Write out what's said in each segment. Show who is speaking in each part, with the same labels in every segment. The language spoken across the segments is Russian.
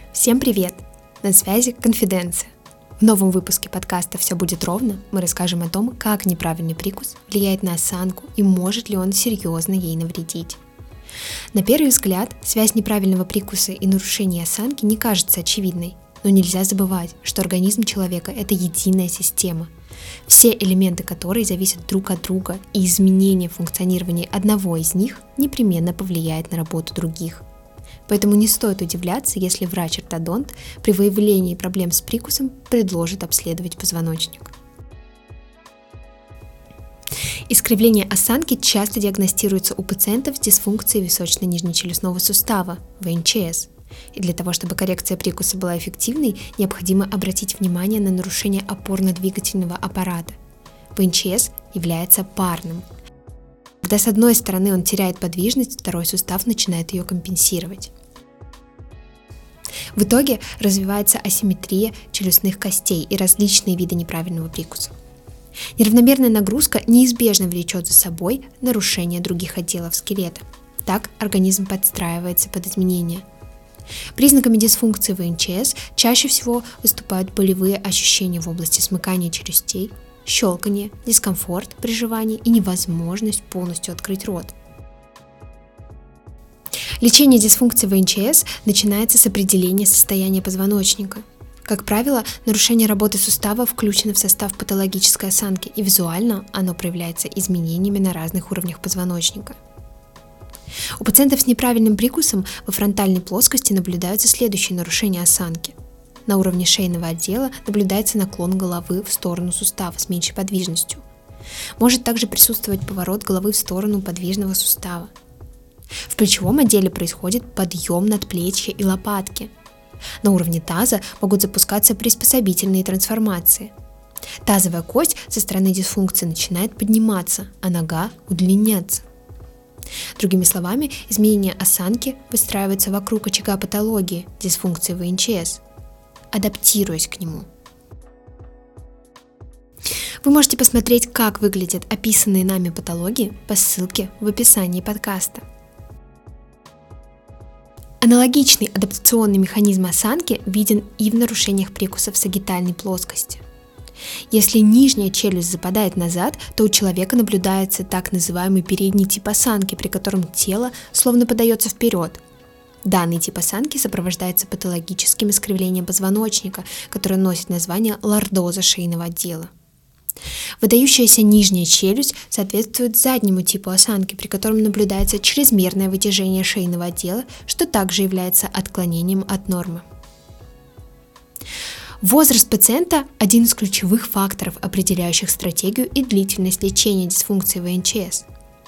Speaker 1: Всем привет! На связи Конфиденция. В новом выпуске подкаста «Все будет ровно» мы расскажем о том, как неправильный прикус влияет на осанку и может ли он серьезно ей навредить. На первый взгляд, связь неправильного прикуса и нарушения осанки не кажется очевидной, но нельзя забывать, что организм человека – это единая система, все элементы которой зависят друг от друга, и изменение функционирования одного из них непременно повлияет на работу других. Поэтому не стоит удивляться, если врач-ортодонт при выявлении проблем с прикусом предложит обследовать позвоночник. Искривление осанки часто диагностируется у пациентов с дисфункцией височно-нижнечелюстного сустава, ВНЧС. И для того, чтобы коррекция прикуса была эффективной, необходимо обратить внимание на нарушение опорно-двигательного аппарата. ВНЧС является парным. Когда с одной стороны он теряет подвижность, второй сустав начинает ее компенсировать. В итоге развивается асимметрия челюстных костей и различные виды неправильного прикуса. Неравномерная нагрузка неизбежно влечет за собой нарушение других отделов скелета. Так организм подстраивается под изменения. Признаками дисфункции ВНЧС чаще всего выступают болевые ощущения в области смыкания челюстей, щелканье, дискомфорт при жевании и невозможность полностью открыть рот. Лечение дисфункции ВНЧС начинается с определения состояния позвоночника. Как правило, нарушение работы сустава включено в состав патологической осанки, и визуально оно проявляется изменениями на разных уровнях позвоночника. У пациентов с неправильным прикусом во фронтальной плоскости наблюдаются следующие нарушения осанки. На уровне шейного отдела наблюдается наклон головы в сторону сустава с меньшей подвижностью. Может также присутствовать поворот головы в сторону подвижного сустава. В плечевом отделе происходит подъем надплечья и лопатки. На уровне таза могут запускаться приспособительные трансформации. Тазовая кость со стороны дисфункции начинает подниматься, а нога удлиняться. Другими словами, изменение осанки выстраивается вокруг очага патологии, дисфункции ВНЧС, адаптируясь к нему. Вы можете посмотреть, как выглядят описанные нами патологии по ссылке в описании подкаста. Аналогичный адаптационный механизм осанки виден и в нарушениях прикуса в сагитальной плоскости. Если нижняя челюсть западает назад, то у человека наблюдается так называемый передний тип осанки, при котором тело словно подается вперед. Данный тип осанки сопровождается патологическим искривлением позвоночника, которое носит название лордоза шейного отдела. Выдающаяся нижняя челюсть соответствует заднему типу осанки, при котором наблюдается чрезмерное вытяжение шейного отдела, что также является отклонением от нормы. Возраст пациента – один из ключевых факторов, определяющих стратегию и длительность лечения дисфункции ВНЧС.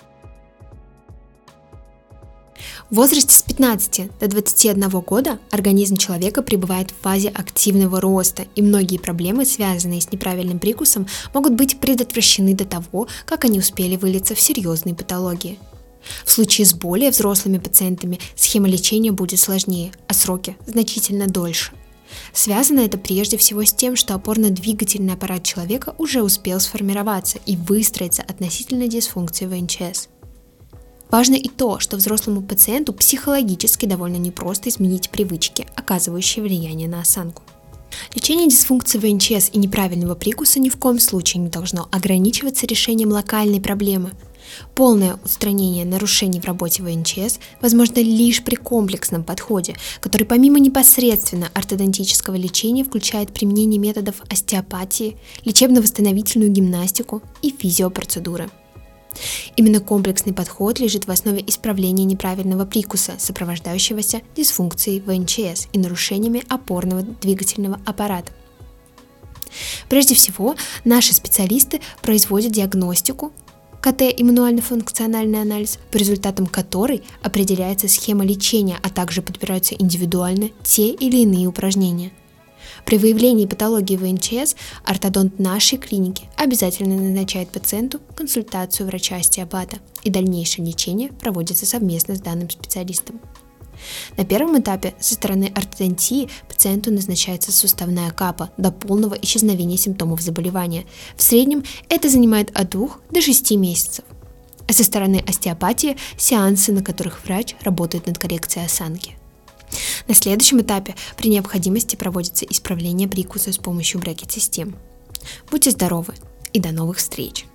Speaker 1: В возрасте с 15 до 21 года организм человека пребывает в фазе активного роста, и многие проблемы, связанные с неправильным прикусом, могут быть предотвращены до того, как они успели вылиться в серьезные патологии. В случае с более взрослыми пациентами схема лечения будет сложнее, а сроки значительно дольше. Связано это прежде всего с тем, что опорно-двигательный аппарат человека уже успел сформироваться и выстроиться относительно дисфункции ВНЧС. Важно и то, что взрослому пациенту психологически довольно непросто изменить привычки, оказывающие влияние на осанку. Лечение дисфункции ВНЧС и неправильного прикуса ни в коем случае не должно ограничиваться решением локальной проблемы. Полное устранение нарушений в работе ВНЧС возможно лишь при комплексном подходе, который помимо непосредственно ортодонтического лечения включает применение методов остеопатии, лечебно-восстановительную гимнастику и физиопроцедуры. Именно комплексный подход лежит в основе исправления неправильного прикуса, сопровождающегося дисфункцией ВНЧС и нарушениями опорного двигательного аппарата. Прежде всего, наши специалисты производят диагностику, КТ и мануально-функциональный анализ, по результатам которой определяется схема лечения, а также подбираются индивидуально те или иные упражнения. При выявлении патологии ВНЧС ортодонт нашей клиники обязательно назначает пациенту консультацию врача-остеопата, и дальнейшее лечение проводится совместно с данным специалистом. На первом этапе со стороны ортодонтии пациенту назначается суставная капа до полного исчезновения симптомов заболевания. В среднем это занимает от 2 до 6 месяцев. А со стороны остеопатии – сеансы, на которых врач работает над коррекцией осанки. На следующем этапе при необходимости проводится исправление прикуса с помощью брекет-систем. Будьте здоровы и до новых встреч!